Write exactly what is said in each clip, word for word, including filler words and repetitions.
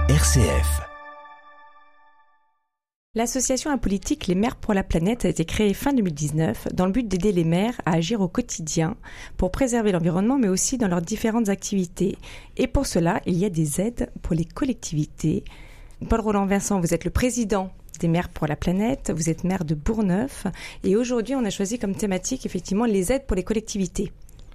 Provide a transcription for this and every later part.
R C F. L'association apolitique Les Maires pour la Planète a été créée fin deux mille dix-neuf dans le but d'aider les maires à agir au quotidien pour préserver l'environnement mais aussi dans leurs différentes activités. Et pour cela, il y a des aides pour les collectivités. Paul Roland Vincent, vous êtes le président des Maires pour la Planète, vous êtes maire de Bourgneuf et aujourd'hui on a choisi comme thématique effectivement les aides pour les collectivités.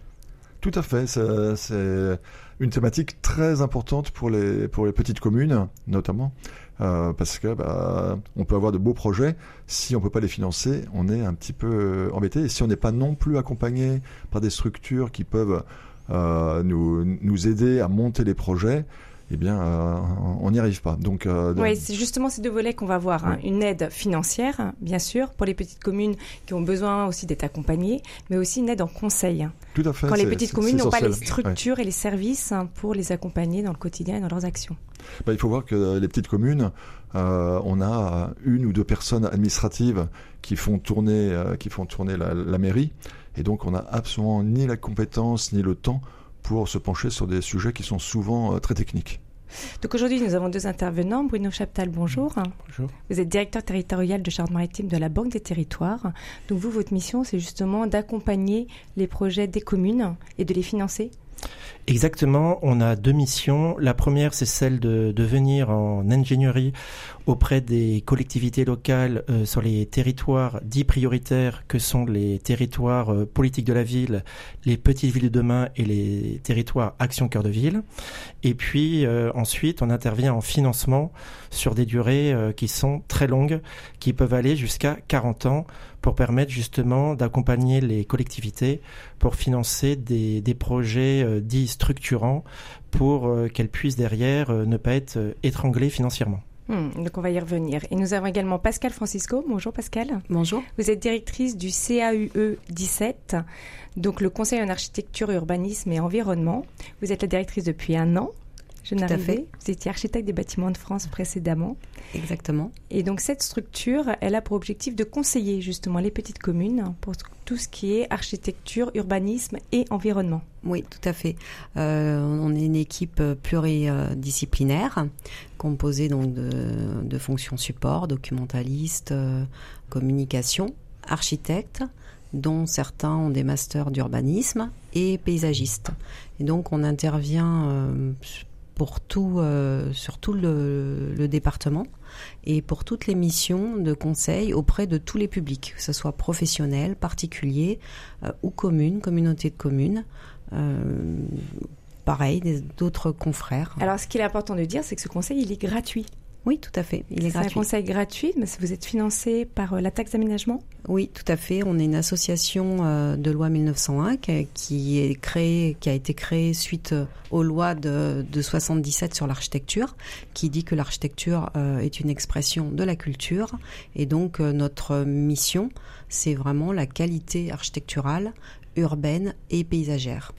Tout à fait, c'est, c'est une thématique très importante pour les, pour les petites communes notamment. Euh, parce que bah, on peut avoir de beaux projets, si on peut pas les financer, on est un petit peu euh, embêté. Et si on n'est pas non plus accompagné par des structures qui peuvent euh, nous, nous aider à monter les projets, eh bien, euh, on n'y arrive pas. Donc, euh, oui, c'est justement ces deux volets qu'on va voir. Hein. Une aide financière, bien sûr, pour les petites communes qui ont besoin aussi d'être accompagnées, mais aussi une aide en conseil. Tout à fait. Quand les petites communes n'ont pas les essentiel. structures ouais. et les services pour les accompagner dans le quotidien et dans leurs actions. Bah, il faut voir que les petites communes, euh, on a une ou deux personnes administratives qui font tourner, euh, qui font tourner la, la mairie, et donc on n'a absolument ni la compétence ni le temps pour se pencher sur des sujets qui sont souvent euh, très techniques. Donc aujourd'hui, nous avons deux intervenants. Bruno Chaptal, bonjour. Bonjour. Vous êtes directeur territorial de Charente-Maritime de la Banque des Territoires. Donc vous, votre mission, c'est justement d'accompagner les projets des communes et de les financer. Exactement, on a deux missions. La première, c'est celle de, de venir en ingénierie auprès des collectivités locales euh, sur les territoires dits prioritaires que sont les territoires euh, politiques de la ville, les petites villes de demain et les territoires Action Cœur de Ville. Et puis euh, ensuite, on intervient en financement sur des durées euh, qui sont très longues, qui peuvent aller jusqu'à quarante ans pour permettre justement d'accompagner les collectivités pour financer des, des projets euh, dits structurants pour euh, qu'elles puissent derrière euh, ne pas être euh, étranglées financièrement. Hum, donc on va y revenir. Et nous avons également Pascal Francisco. Bonjour Pascal. Bonjour. Vous êtes directrice du C A U E dix-sept, donc le Conseil en architecture, urbanisme et environnement. Vous êtes la directrice depuis un an. Je Tout à fait. Vous étiez architecte des bâtiments de France précédemment. Exactement. Et donc cette structure, elle a pour objectif de conseiller justement les petites communes pour tout ce qui est architecture, urbanisme et environnement. Oui, tout à fait. Euh, on est une équipe pluridisciplinaire composée donc de, de fonctions support, documentalistes, euh, communication, architectes, dont certains ont des masters d'urbanisme et paysagistes. Et donc on intervient euh, pour tout, euh, sur tout le, le département et pour toutes les missions de conseil auprès de tous les publics, que ce soit professionnels, particuliers euh, ou communes, communautés de communes. Euh, pareil, des, d'autres confrères. Alors, ce qu'il est important de dire, c'est que ce conseil, il est gratuit. Oui, tout à fait. Il est c'est gratuit. un conseil gratuit, mais vous êtes financé par euh, la taxe d'aménagement ? Oui, tout à fait. On est une association euh, de loi mille neuf cent un qui, qui est créée, qui a été créée suite aux lois de, de soixante-dix-sept sur l'architecture, qui dit que l'architecture euh, est une expression de la culture. Et donc, euh, notre mission, c'est vraiment la qualité architecturale, urbaine et paysagère.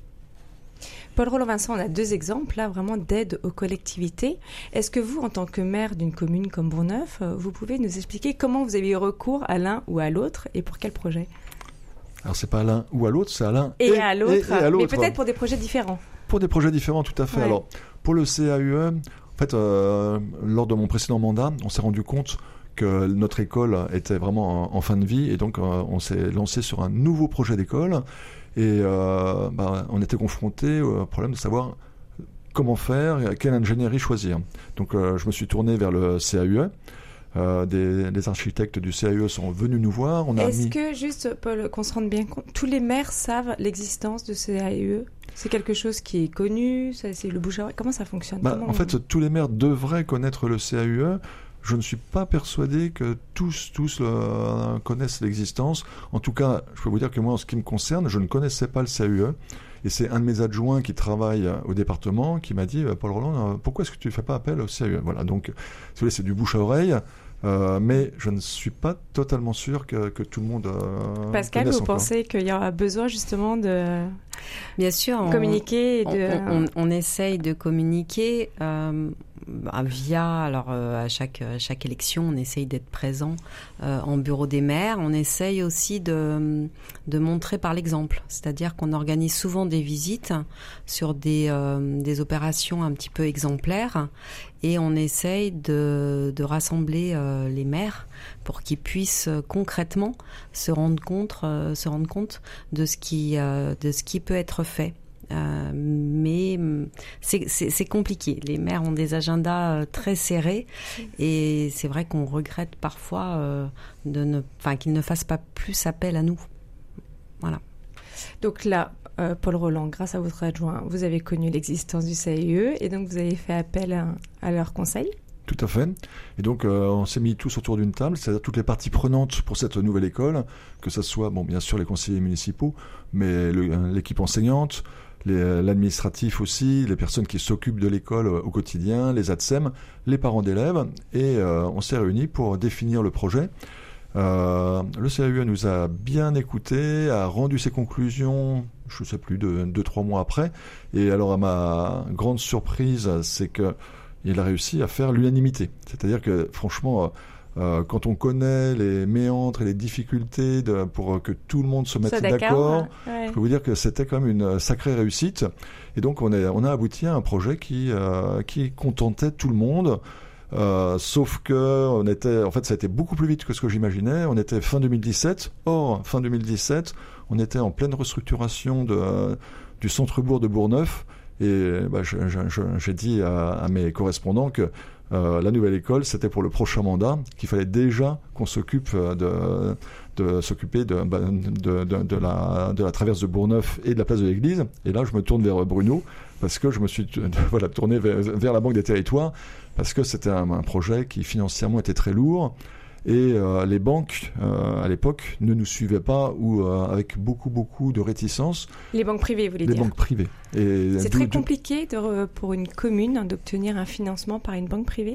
Paul Roland Vincent, on a deux exemples là vraiment d'aide aux collectivités. Est-ce que vous, en tant que maire d'une commune comme Bourgneuf, vous pouvez nous expliquer comment vous avez eu recours à l'un ou à l'autre et pour quel projet ? Alors c'est pas à l'un ou à l'autre, c'est à l'un et, et, à, l'autre, et, et à l'autre. Mais peut-être pour des projets différents. Pour des projets différents, tout à fait. Ouais. Alors pour le C A U E, en fait, euh, lors de mon précédent mandat, on s'est rendu compte que notre école était vraiment en, en fin de vie et donc euh, on s'est lancé sur un nouveau projet d'école. Et euh, bah, on était confronté au problème de savoir comment faire, quelle ingénierie choisir. Donc euh, je me suis tourné vers le C A U E. Euh, des, des architectes du C A U E sont venus nous voir. On a Est-ce mis... que, juste Paul, qu'on se rende bien compte, tous les maires savent l'existence de C A U E ? C'est quelque chose qui est connu, ça, c'est le bouche à oreille. Comment ça fonctionne ? bah, Comment En on... fait, tous les maires devraient connaître le C A U E. Je ne suis pas persuadé que tous, tous le, connaissent l'existence. En tout cas, je peux vous dire que moi, en ce qui me concerne, je ne connaissais pas le C A U E. Et c'est un de mes adjoints qui travaille au département qui m'a dit « Paul Roland, pourquoi est-ce que tu ne fais pas appel au C A U E ?» Voilà, donc, si vous voulez, c'est du bouche à oreille. Euh, mais je ne suis pas totalement sûr que, que tout le monde euh, Pascal, vous encore. pensez qu'il y aura besoin justement de Bien sûr, on, communiquer et de... on, on, on essaye de communiquer euh, via, alors euh, à chaque, à chaque élection, on essaye d'être présent euh, en bureau des maires. On essaye aussi de, de montrer par l'exemple, c'est-à-dire qu'on organise souvent des visites sur des, euh, des opérations un petit peu exemplaires et on essaye de, de rassembler euh, les maires pour qu'ils puissent euh, concrètement se rendre compte, euh, se rendre compte de ce qui, euh, de ce qui peut être fait. Euh, mais c'est, c'est, c'est compliqué. Les maires ont des agendas euh, très serrés et c'est vrai qu'on regrette parfois euh, de ne, enfin, qu'ils ne fassent pas plus appel à nous. Voilà. Donc là, euh, Paul Roland, grâce à votre adjoint, vous avez connu l'existence du C A I E et donc vous avez fait appel à, à leurs conseils. Tout à fait. Et donc, euh, on s'est mis tous autour d'une table, c'est-à-dire toutes les parties prenantes pour cette nouvelle école, que ce soit, bon, bien sûr, les conseillers municipaux, mais le, l'équipe enseignante, Les, l'administratif aussi, les personnes qui s'occupent de l'école au quotidien, les A T S E M, les parents d'élèves, et euh, on s'est réunis pour définir le projet. Euh, le C A U E nous a bien écoutés, a rendu ses conclusions, je ne sais plus, deux, deux, trois mois après. Et alors, à ma grande surprise, c'est qu'il a réussi à faire l'unanimité. C'est-à-dire que, franchement, Euh, quand on connaît les méandres et les difficultés de, pour que tout le monde se mette d'accord, d'accord ouais. Je peux vous dire que c'était quand même une sacrée réussite. Et donc on, est, on a abouti à un projet qui, euh, qui contentait tout le monde. Euh, sauf que on était, en fait, ça a été beaucoup plus vite que ce que j'imaginais. On était fin deux mille dix-sept. Or, fin deux mille dix-sept, on était en pleine restructuration de, euh, du centre-bourg de Bourgneuf. Et bah, je, je, je, j'ai dit à, à mes correspondants que Euh, la nouvelle école, c'était pour le prochain mandat, qu'il fallait déjà qu'on s'occupe de, de s'occuper de, de, de, de, la, de la traverse de Bourgneuf et de la place de l'Église. Et là, je me tourne vers Bruno, parce que je me suis voilà, tourné vers, vers la Banque des Territoires, parce que c'était un, un projet qui financièrement était très lourd. Et euh, les banques, euh, à l'époque, ne nous suivaient pas ou euh, avec beaucoup, beaucoup de réticence. Les banques privées, vous voulez les dire? Les banques privées. Et c'est très compliqué de, pour une commune d'obtenir un financement par une banque privée?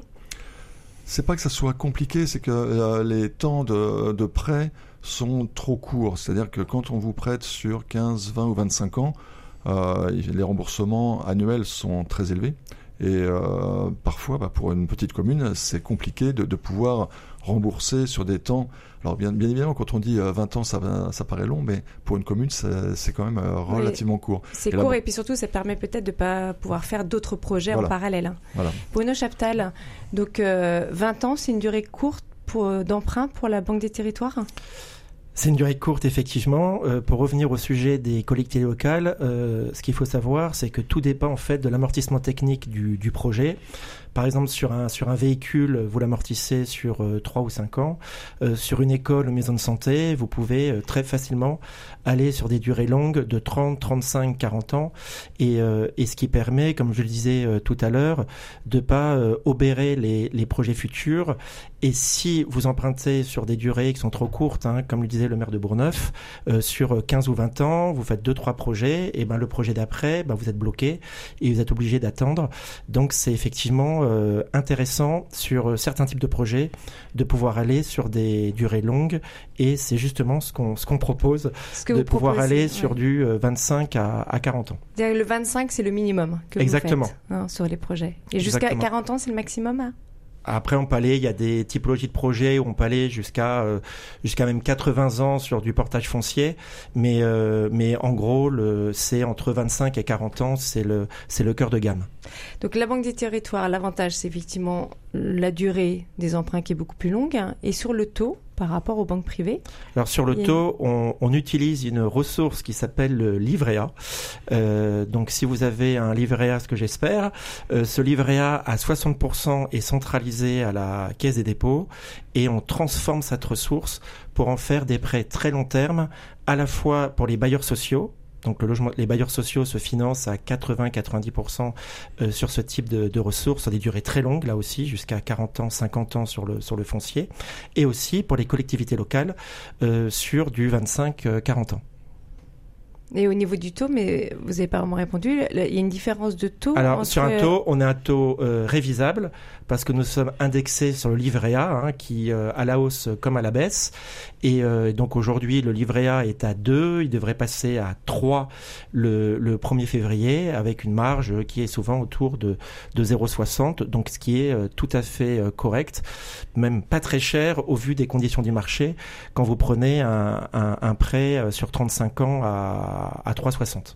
C'est pas que ça soit compliqué, c'est que euh, les temps de, de prêt sont trop courts. C'est-à-dire que quand on vous prête sur quinze, vingt ou vingt-cinq ans, euh, les remboursements annuels sont très élevés. Et euh, parfois, bah, pour une petite commune, c'est compliqué de, de pouvoir rembourser sur des temps. Alors bien, bien évidemment, quand on dit euh, vingt ans, ça, ça paraît long, mais pour une commune, c'est, c'est quand même euh, relativement oui, court. C'est et court là, et puis surtout, ça permet peut-être de ne pas pouvoir faire d'autres projets voilà. en parallèle. Hein. Voilà. Bruno Chaptal, donc euh, vingt ans, c'est une durée courte pour, d'emprunt pour la Banque des Territoires? C'est une durée courte, effectivement. Euh, pour revenir au sujet des collectivités locales, euh, ce qu'il faut savoir, c'est que tout dépend en fait de l'amortissement technique du, du projet. Par exemple, sur un, sur un véhicule, vous l'amortissez sur euh, trois ou cinq ans. Euh, sur une école ou maison de santé, vous pouvez euh, très facilement aller sur des durées longues de trente, trente-cinq, quarante ans. Et, euh, et ce qui permet, comme je le disais euh, tout à l'heure, de ne pas euh, obérer les, les projets futurs. Et si vous empruntez sur des durées qui sont trop courtes, hein, comme le disait le maire de Bourgneuf, euh, sur quinze ou vingt ans, vous faites deux, trois projets, et ben le projet d'après, ben vous êtes bloqué et vous êtes obligé d'attendre. Donc c'est effectivement euh, intéressant sur euh, certains types de projets de pouvoir aller sur des durées longues, et c'est justement ce qu'on, ce qu'on propose, ce que de pouvoir proposez, aller ouais. sur du euh, vingt-cinq à quarante ans. Le vingt-cinq, c'est le minimum que Exactement. vous faites hein, sur les projets. Et jusqu'à Exactement. quarante ans, c'est le maximum hein? Après, on peut aller, il y a des typologies de projets où on peut aller jusqu'à euh, jusqu'à même quatre-vingts ans sur du portage foncier, mais euh, mais en gros, le, c'est entre vingt-cinq et quarante ans, c'est le c'est le cœur de gamme. Donc la Banque des Territoires, l'avantage, c'est effectivement la durée des emprunts qui est beaucoup plus longue, hein, et sur le taux par rapport aux banques privées. Alors sur le taux, on, on utilise une ressource qui s'appelle le livret A. Euh, donc si vous avez un livret A, ce que j'espère, euh, ce livret A à soixante pour cent est centralisé à la Caisse des dépôts, et on transforme cette ressource pour en faire des prêts très long terme, à la fois pour les bailleurs sociaux. Donc le logement, les bailleurs sociaux se financent à quatre-vingts à quatre-vingt-dix pour cent euh, sur ce type de, de ressources, sur des durées très longues, là aussi, jusqu'à quarante ans, cinquante ans sur le, sur le foncier. Et aussi pour les collectivités locales, euh, sur du vingt-cinq à quarante ans. Et au niveau du taux, mais vous n'avez pas vraiment répondu, il y a une différence de taux? Alors, entre... sur un taux, on a un taux euh, révisable, parce que nous sommes indexés sur le livret A, hein, qui euh, à la hausse comme à la baisse. Et euh, donc aujourd'hui, le livret A est à deux, il devrait passer à trois le, le premier février, avec une marge qui est souvent autour de, de zéro virgule soixante, donc ce qui est euh, tout à fait euh, correct, même pas très cher au vu des conditions du marché, quand vous prenez un, un, un prêt sur trente-cinq ans à, à trois virgule soixante.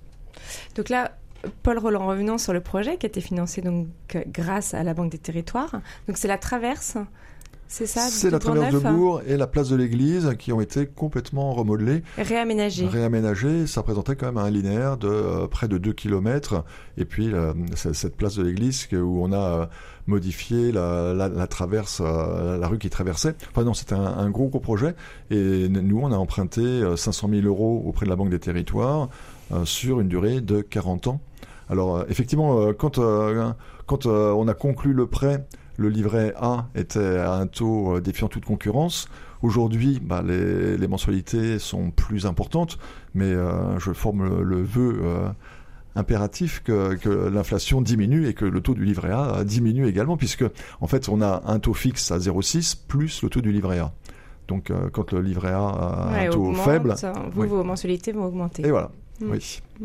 Donc là, Paul Roland, revenons sur le projet qui a été financé donc grâce à la Banque des Territoires. Donc c'est la traverse, c'est ça? C'est la traverse de Bourg et la place de l'église qui ont été complètement remodelées. Réaménagées. Réaménagées. Ça représentait quand même un linéaire de euh, près de deux kilomètres. Et puis euh, cette place de l'église où on a euh, modifié la, la, la traverse, euh, la rue qui traversait. Enfin non, c'était un, un gros gros projet. Et nous, on a emprunté euh, cinq cent mille euros auprès de la Banque des Territoires euh, sur une durée de quarante ans. Alors euh, effectivement, euh, quand, euh, quand euh, on a conclu le prêt, le livret A était à un taux euh, défiant toute concurrence. Aujourd'hui, bah, les, les mensualités sont plus importantes, mais euh, je forme le, le vœu euh, impératif que, que l'inflation diminue et que le taux du livret A diminue également, puisque en fait on a un taux fixe à zéro virgule six plus le taux du livret A. Donc euh, quand le livret A a ouais, un taux augmente, faible, vous, oui. vos mensualités vont augmenter. Et voilà, mmh. oui. Mmh.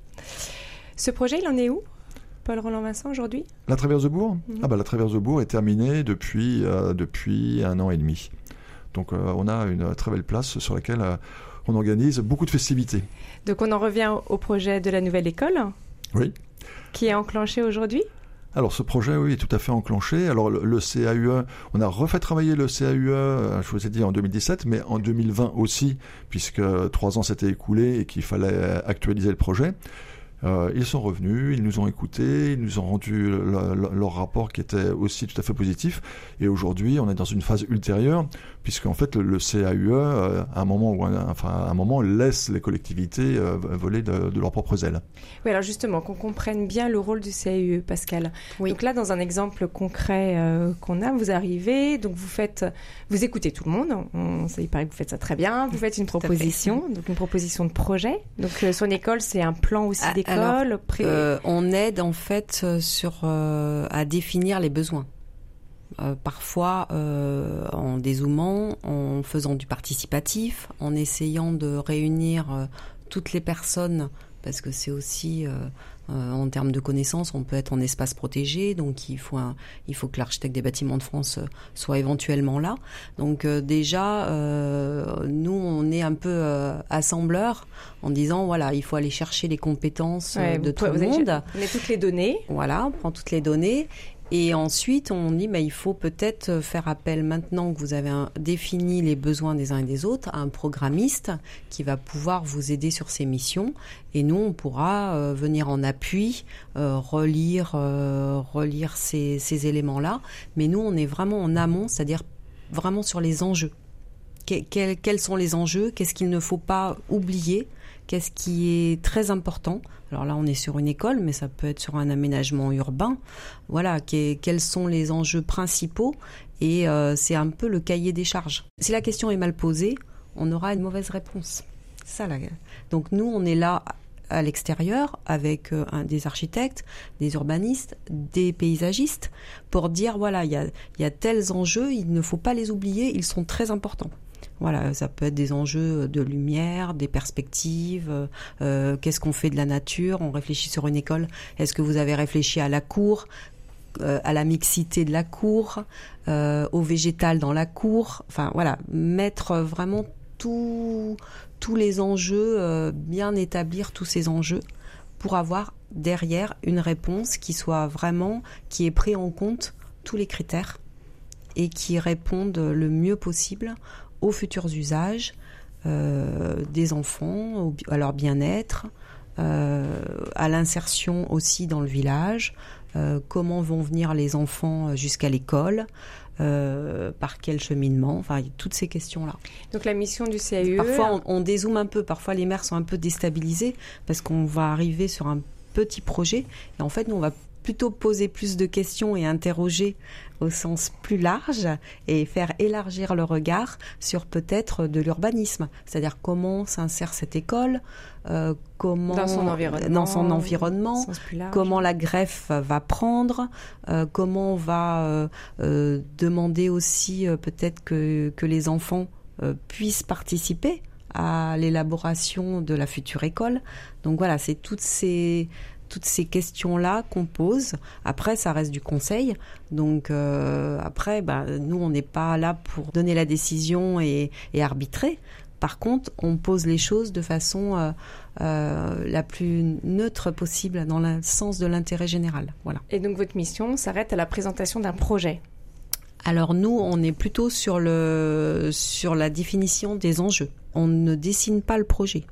Ce projet, il en est où, Paul Roland Vincent, aujourd'hui? La traverse de Bourg mmh. Ah bah, la traverse de Bourg est terminée depuis, euh, depuis un an et demi. Donc euh, on a une très belle place sur laquelle euh, on organise beaucoup de festivités. Donc on en revient au projet de la nouvelle école? Oui. Qui est enclenché aujourd'hui? Alors ce projet, oui, est tout à fait enclenché. Alors le, le C A U E, on a refait travailler le C A U E, je vous ai dit en deux mille dix-sept, mais en deux mille vingt aussi, puisque trois ans s'étaient écoulés et qu'il fallait actualiser le projet. Euh, ils sont revenus, ils nous ont écoutés, ils nous ont rendu le, le, leur rapport qui était aussi tout à fait positif. Et aujourd'hui, on est dans une phase ultérieure, puisqu'en fait, le, le C A U E, euh, à un moment où, enfin, à un moment, laisse les collectivités euh, voler de, de leurs propres ailes. Oui, alors justement, qu'on comprenne bien le rôle du C A U E, Pascal. Oui. Donc là, dans un exemple concret euh, qu'on a, vous arrivez, donc vous faites, vous écoutez tout le monde. On, ça, il paraît que vous faites ça très bien. Vous faites une proposition, donc une proposition de projet. Donc euh, son école, c'est un plan aussi ah, d'école. Alors, euh, on aide en fait sur euh, à définir les besoins. Euh, parfois euh, en dézoomant, en faisant du participatif, en essayant de réunir euh, toutes les personnes, parce que c'est aussi euh, euh, en termes de connaissances, on peut être en espace protégé, donc il faut un, il faut que l'architecte des bâtiments de France euh, soit éventuellement là. Donc euh, déjà, euh, nous on est un peu euh, assembleur en disant voilà, il faut aller chercher les compétences ouais, de tout le monde. On met toutes les données. Voilà, on prend toutes les données. Et ensuite, on dit, mais il faut peut-être faire appel, maintenant que vous avez un, défini les besoins des uns et des autres, à un programmiste qui va pouvoir vous aider sur ces missions. Et nous, on pourra euh, venir en appui, euh, relire, euh, relire ces, ces éléments-là. Mais nous, on est vraiment en amont, c'est-à-dire vraiment sur les enjeux. Que, quels, quels sont les enjeux? Qu'est-ce qu'il ne faut pas oublier? Qu'est-ce qui est très important? Alors là, on est sur une école, mais ça peut être sur un aménagement urbain. Voilà, quels sont les enjeux principaux? Et euh, c'est un peu le cahier des charges. Si la question est mal posée, on aura une mauvaise réponse. C'est ça, là. Donc nous, on est là à l'extérieur avec euh, un, des architectes, des urbanistes, des paysagistes, pour dire, voilà, il y a, y a tels enjeux, il ne faut pas les oublier, ils sont très importants. Voilà, ça peut être des enjeux de lumière, des perspectives, euh, qu'est-ce qu'on fait de la nature, on réfléchit sur une école, est-ce que vous avez réfléchi à la cour, euh, à la mixité de la cour, euh, au végétal dans la cour, enfin voilà, mettre vraiment tout, tous les enjeux, euh, bien établir tous ces enjeux pour avoir derrière une réponse qui soit vraiment, qui ait pris en compte tous les critères et qui réponde le mieux possible aux futurs usages euh, des enfants, au, à leur bien-être, euh, à l'insertion aussi dans le village, euh, comment vont venir les enfants jusqu'à l'école, euh, par quel cheminement, enfin toutes ces questions-là. Donc la mission du C A U E... Parfois on, on dézoome un peu, parfois les maires sont un peu déstabilisés parce qu'on va arriver sur un petit projet et en fait nous on va plutôt poser plus de questions et interroger au sens plus large et faire élargir le regard sur peut-être de l'urbanisme, c'est-à-dire comment s'insère cette école, euh, comment dans son environnement, dans son environnement comment la greffe va prendre, euh, comment on va euh, euh, demander aussi euh, peut-être que, que les enfants euh, puissent participer à l'élaboration de la future école. Donc voilà, c'est toutes ces toutes ces questions-là qu'on pose. Après, ça reste du conseil. Donc euh, après, bah, nous, on n'est pas là pour donner la décision et, et arbitrer. Par contre, on pose les choses de façon euh, euh, la plus neutre possible dans le sens de l'intérêt général. Voilà. Et donc votre mission s'arrête à la présentation d'un projet? Alors nous, on est plutôt sur, le, sur la définition des enjeux. On ne dessine pas le projet.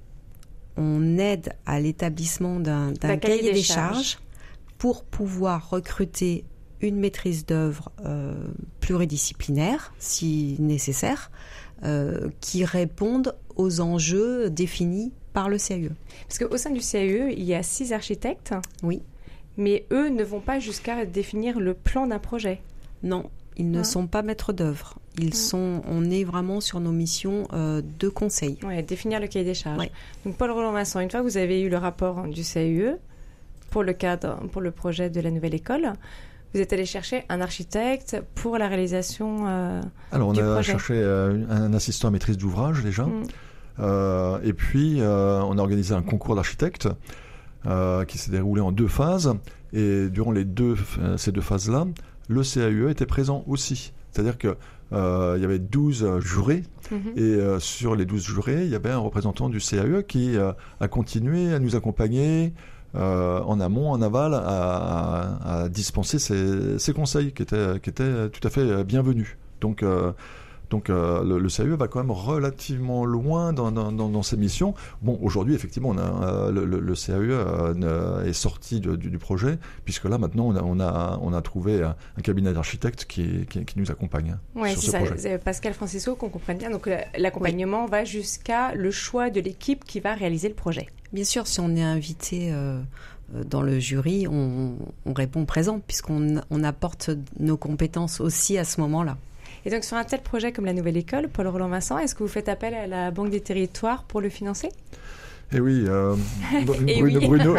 On aide à l'établissement d'un, d'un cahier, cahier des charges. charges pour pouvoir recruter une maîtrise d'œuvre euh, pluridisciplinaire, si nécessaire, euh, qui répondent aux enjeux définis par le C A U E. Parce qu'au sein du C A U E, il y a six architectes. Oui. Mais eux ne vont pas jusqu'à définir le plan d'un projet. Non, ils ne ah. sont pas maîtres d'œuvre. Ils ah. sont, on est vraiment sur nos missions euh, de conseil. Oui, définir le cahier des charges. Ouais. Donc Paul Roland-Vincent, une fois que vous avez eu le rapport du C A U E pour le cadre, pour le projet de la nouvelle école, vous êtes allé chercher un architecte pour la réalisation euh, Alors, du on a projet. cherché euh, un assistant à maîtrise d'ouvrage déjà. Mm. Euh, et puis, euh, on a organisé un concours d'architectes euh, qui s'est déroulé en deux phases. Et durant les deux, euh, ces deux phases-là, le C A U E était présent aussi. C'est-à-dire qu'il euh, y avait douze jurés. Mm-hmm. Et euh, sur les douze jurés, il y avait un représentant du C A U E qui euh, a continué à nous accompagner Euh, en amont, en aval, à, à, à dispenser ces, ces conseils qui étaient, qui étaient tout à fait bienvenus. Donc, euh, donc euh, le, le C A U E va quand même relativement loin dans, dans, dans, dans ses missions. Bon, aujourd'hui, effectivement, on a, euh, le, le C A U E euh, est sorti de, du, du projet, puisque là, maintenant, on a, on a, on a trouvé un, un cabinet d'architectes qui, qui, qui nous accompagne ouais, sur c'est ce ça, projet. C'est Pascal Francisco, qu'on comprenne bien. Donc, l'accompagnement oui. va jusqu'à le choix de l'équipe qui va réaliser le projet. Bien sûr, si on est invité euh, dans le jury, on, on répond présent, puisqu'on on apporte nos compétences aussi à ce moment-là. Et donc, sur un tel projet comme la Nouvelle École, Paul Roland-Vincent, est-ce que vous faites appel à la Banque des Territoires pour le financer ? Eh oui, euh, Et Bruno, oui. Bruno,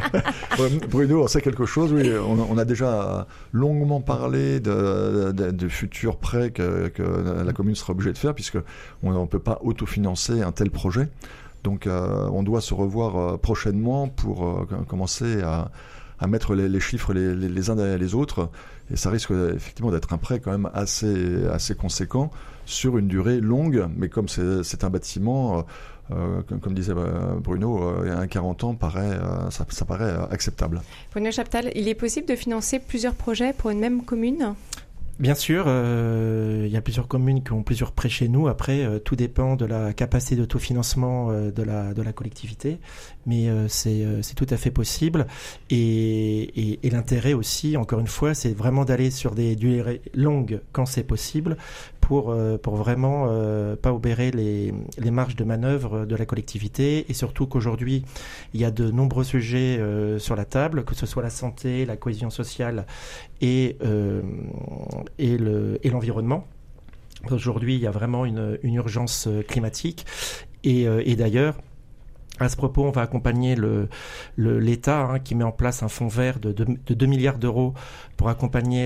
Bruno, on sait quelque chose. Oui, on, on a déjà longuement parlé de, de, de futurs prêts que, que la commune sera obligée de faire, puisque on ne peut pas autofinancer un tel projet. Donc, euh, on doit se revoir euh, prochainement pour euh, commencer à, à mettre les, les chiffres les, les, les uns derrière les autres. Et ça risque effectivement d'être un prêt quand même assez, assez conséquent sur une durée longue. Mais comme c'est, c'est un bâtiment, euh, comme, comme disait Bruno, euh, un quarante ans, paraît, euh, ça, ça paraît acceptable. Bruno Chaptal, il est possible de financer plusieurs projets pour une même commune ? Bien sûr, euh, il y a plusieurs communes qui ont plusieurs prêts chez nous. Après, euh, tout dépend de la capacité d'autofinancement euh, de la de la collectivité, mais euh, c'est euh, c'est tout à fait possible. Et, et, et l'intérêt aussi, encore une fois, c'est vraiment d'aller sur des durées longues quand c'est possible, pour euh, pour vraiment euh, pas obérer les les marges de manœuvre de la collectivité. Et surtout qu'aujourd'hui, il y a de nombreux sujets euh, sur la table, que ce soit la santé, la cohésion sociale et euh, et, le, et l'environnement. Aujourd'hui, il y a vraiment une, une urgence climatique. Et, et d'ailleurs, à ce propos, on va accompagner le, le, l'État hein, qui met en place un fonds vert de, de, de deux milliards d'euros pour accompagner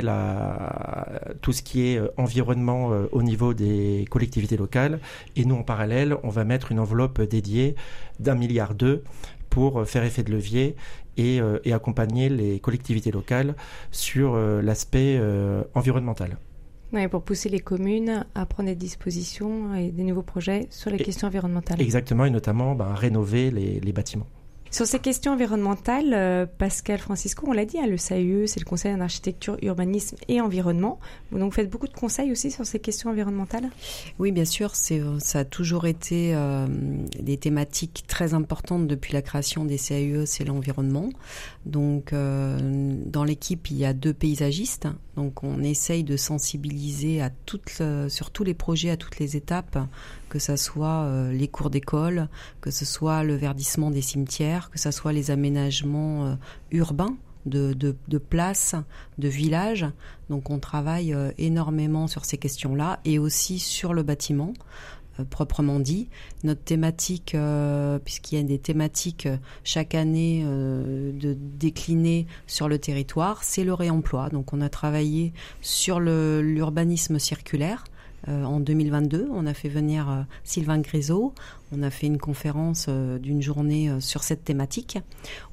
la, tout ce qui est environnement euh, au niveau des collectivités locales. Et nous, en parallèle, on va mettre une enveloppe dédiée d'un milliard deux pour faire effet de levier et, euh, et accompagner les collectivités locales sur euh, l'aspect euh, environnemental. Oui, pour pousser les communes à prendre des dispositions et des nouveaux projets sur les et, questions environnementales. Exactement, et notamment ben, rénover les, les bâtiments. Sur ces questions environnementales, euh, Pascal Francisco, on l'a dit, hein, le C A U E, c'est le Conseil en architecture, urbanisme et environnement. Donc, vous faites beaucoup de conseils aussi sur ces questions environnementales ? Oui, bien sûr. C'est, ça a toujours été euh, des thématiques très importantes depuis la création des C A U E, c'est l'environnement. Donc, euh, dans l'équipe, il y a deux paysagistes. Donc, on essaye de sensibiliser à toutes, euh, sur tous les projets, à toutes les étapes, que ce soit euh, les cours d'école, que ce soit le verdissement des cimetières, que ce soit les aménagements euh, urbains de, de, de places, de villages. Donc on travaille euh, énormément sur ces questions-là et aussi sur le bâtiment, euh, proprement dit. Notre thématique, euh, puisqu'il y a des thématiques euh, chaque année euh, de déclinées sur le territoire, c'est le réemploi. Donc on a travaillé sur le, l'urbanisme circulaire. Euh, en deux mille vingt-deux, on a fait venir euh, Sylvain Grézeau. On a fait une conférence euh, d'une journée euh, sur cette thématique.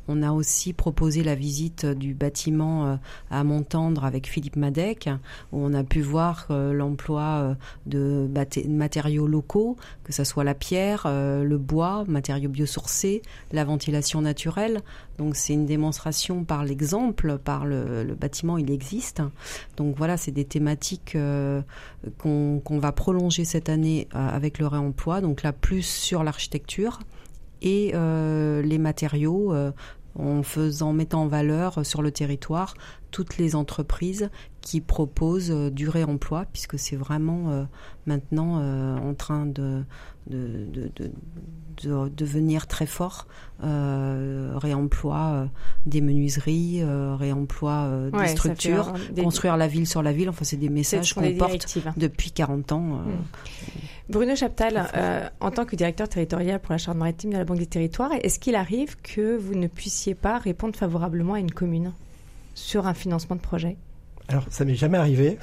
On a aussi proposé la visite du bâtiment à Montendre avec Philippe Madec, où on a pu voir l'emploi de matériaux locaux, que ce soit la pierre, le bois, matériaux biosourcés, la ventilation naturelle. Donc c'est une démonstration par l'exemple, par le, le bâtiment, il existe. Donc voilà, c'est des thématiques euh, qu'on, qu'on va prolonger cette année euh, avec le réemploi. Donc là, plus sur l'architecture et euh, les matériaux, euh, en faisant, mettant en valeur sur le territoire toutes les entreprises qui proposent euh, du réemploi, puisque c'est vraiment euh, maintenant euh, en train de, de, de, de, de devenir très fort. Euh, réemploi euh, des menuiseries, euh, réemploi euh, des ouais, structures, des... construire la ville sur la ville. Enfin, c'est des messages qu'on porte depuis quarante ans. Euh, mmh. Bruno Chaptal, euh, en tant que directeur territorial pour la Charente-Maritime de la Banque des Territoires, est-ce qu'il arrive que vous ne puissiez pas répondre favorablement à une commune sur un financement de projet ? Alors, ça m'est jamais arrivé,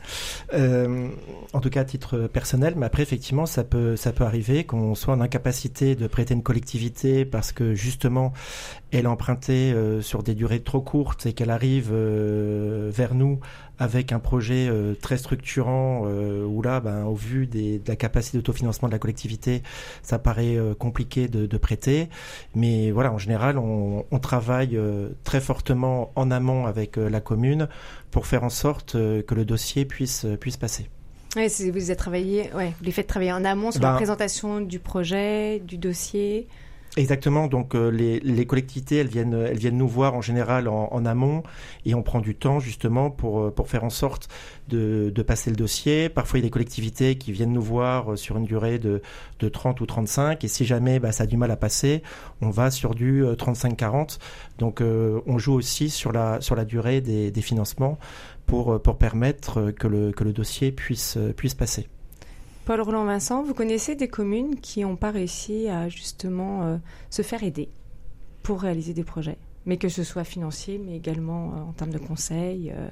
euh, en tout cas à titre personnel, mais après, effectivement, ça peut, ça peut arriver qu'on soit en incapacité de prêter une collectivité parce que, justement, elle a emprunté euh, sur des durées trop courtes et qu'elle arrive euh, vers nous avec un projet euh, très structurant euh, où là, ben, au vu des, de la capacité d'autofinancement de la collectivité, ça paraît euh, compliqué de, de prêter. Mais voilà, en général, on, on travaille euh, très fortement en amont avec euh, la commune pour faire en sorte euh, que le dossier puisse, euh, puisse passer. Oui, vous avez travaillé, ouais, vous les faites travailler en amont sur ben, la présentation du projet, du dossier. Exactement, donc euh, les, les collectivités, elles viennent, elles viennent nous voir en général en, en amont et on prend du temps justement pour, pour faire en sorte de, de passer le dossier. Parfois, il y a des collectivités qui viennent nous voir sur une durée de, de trente ou trente-cinq et si jamais bah, ça a du mal à passer, on va sur du trente-cinq quarante. Donc, euh, on joue aussi sur la, sur la durée des, des financements pour, pour permettre que le, que le dossier puisse, puisse passer. Paul Roland Vincent, vous connaissez des communes qui n'ont pas réussi à justement euh, se faire aider pour réaliser des projets, mais que ce soit financier, mais également euh, en termes de conseils euh...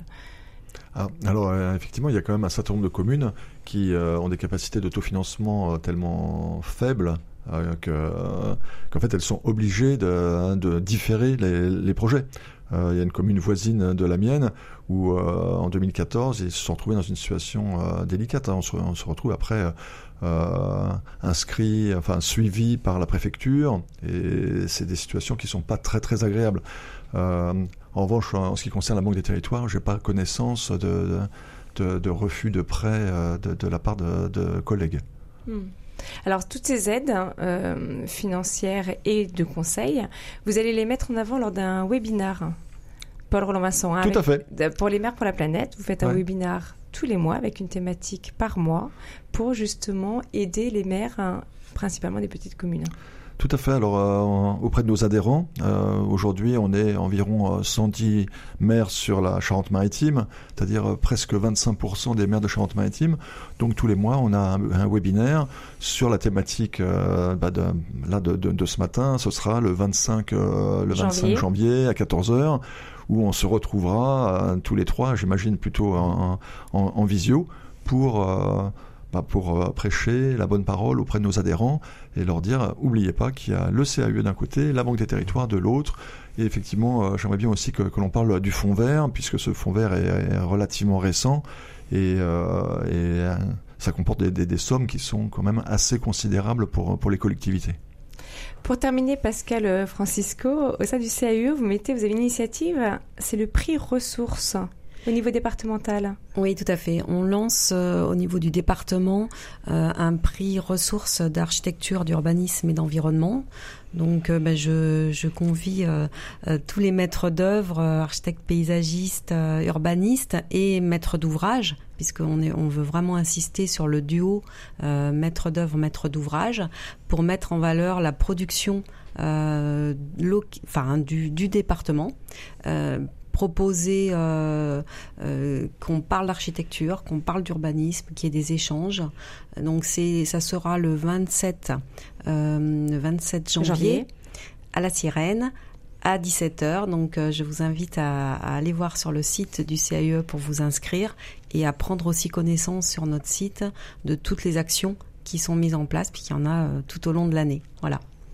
ah, Alors, euh, effectivement, il y a quand même un certain nombre de communes qui euh, ont des capacités d'autofinancement euh, tellement faibles euh, que, euh, qu'en fait, elles sont obligées de, de différer les, les projets. Euh, il y a une commune voisine de la mienne où euh, en deux mille quatorze ils se sont retrouvés dans une situation euh, délicate. Hein. On, se, on se retrouve après euh, inscrits, enfin suivis par la préfecture et c'est des situations qui sont pas très très agréables. Euh, en revanche, en ce qui concerne la Banque des Territoires, j'ai pas connaissance de, de, de refus de prêt euh, de, de la part de, de collègues. Hmm. Alors, toutes ces aides euh, financières et de conseils, vous allez les mettre en avant lors d'un webinaire. Paul Roland Vincent, hein, tout à fait. De, pour les maires pour la planète, vous faites un ouais. webinaire tous les mois avec une thématique par mois pour justement aider les maires, hein, principalement des petites communes. Tout à fait. Alors, euh, auprès de nos adhérents, euh, aujourd'hui, on est environ cent dix maires sur la Charente-Maritime, c'est-à-dire euh, presque vingt-cinq pour cent des maires de Charente-Maritime. Donc, tous les mois, on a un, un webinaire sur la thématique euh, bah de, là, de, de, de ce matin. Ce sera le vingt-cinq, euh, le vingt-cinq janvier. janvier à quatorze heures, où on se retrouvera euh, tous les trois, j'imagine plutôt en, en, en visio, pour... Euh, Bah pour euh, prêcher la bonne parole auprès de nos adhérents et leur dire, euh, oubliez pas qu'il y a le C A U E d'un côté, la Banque des Territoires de l'autre. Et effectivement, euh, j'aimerais bien aussi que, que l'on parle du fonds vert, puisque ce fonds vert est, est relativement récent et, euh, et euh, ça comporte des, des, des sommes qui sont quand même assez considérables pour, pour les collectivités. Pour terminer, Pascal Francisco, au sein du C A U E, vous mettez, vous avez une initiative, c'est le prix ressources. Au niveau départemental ? Oui, tout à fait. On lance euh, au niveau du département euh, un prix ressources d'architecture, d'urbanisme et d'environnement. Donc, euh, ben, je, je convie euh, euh, tous les maîtres d'œuvre, euh, architectes paysagistes, euh, urbanistes et maîtres d'ouvrage, puisqu'on est, on veut vraiment insister sur le duo euh, maître d'œuvre, maître d'ouvrage, pour mettre en valeur la production euh, lo- enfin, du, du département. Euh, proposer euh, euh, qu'on parle d'architecture, qu'on parle d'urbanisme, qu'il y ait des échanges. Donc c'est, ça sera le vingt-sept, euh, le vingt-sept janvier, janvier à la Sirène à dix-sept heures. Donc euh, je vous invite à, à aller voir sur le site du C A U E pour vous inscrire et à prendre aussi connaissance sur notre site de toutes les actions qui sont mises en place, puis qu'il y en a euh, tout au long de l'année. Voilà.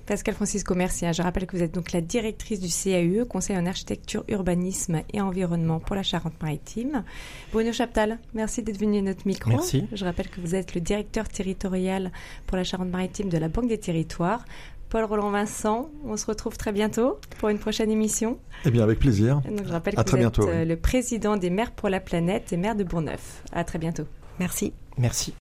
Pascal Francisco, merci. Je rappelle que vous êtes donc la directrice du C A U E, Conseil en architecture, urbanisme et environnement pour la Charente-Maritime. Bruno Chaptal, merci d'être venu à notre micro. Merci. Je rappelle que vous êtes le directeur territorial pour la Charente-Maritime de la Banque des Territoires. Paul Roland-Vincent, on se retrouve très bientôt pour une prochaine émission. Eh bien, avec plaisir. Donc, je rappelle à que très vous bientôt, êtes oui. le président des Maires pour la Planète et maire de Bourgneuf. À très bientôt. Merci. Merci.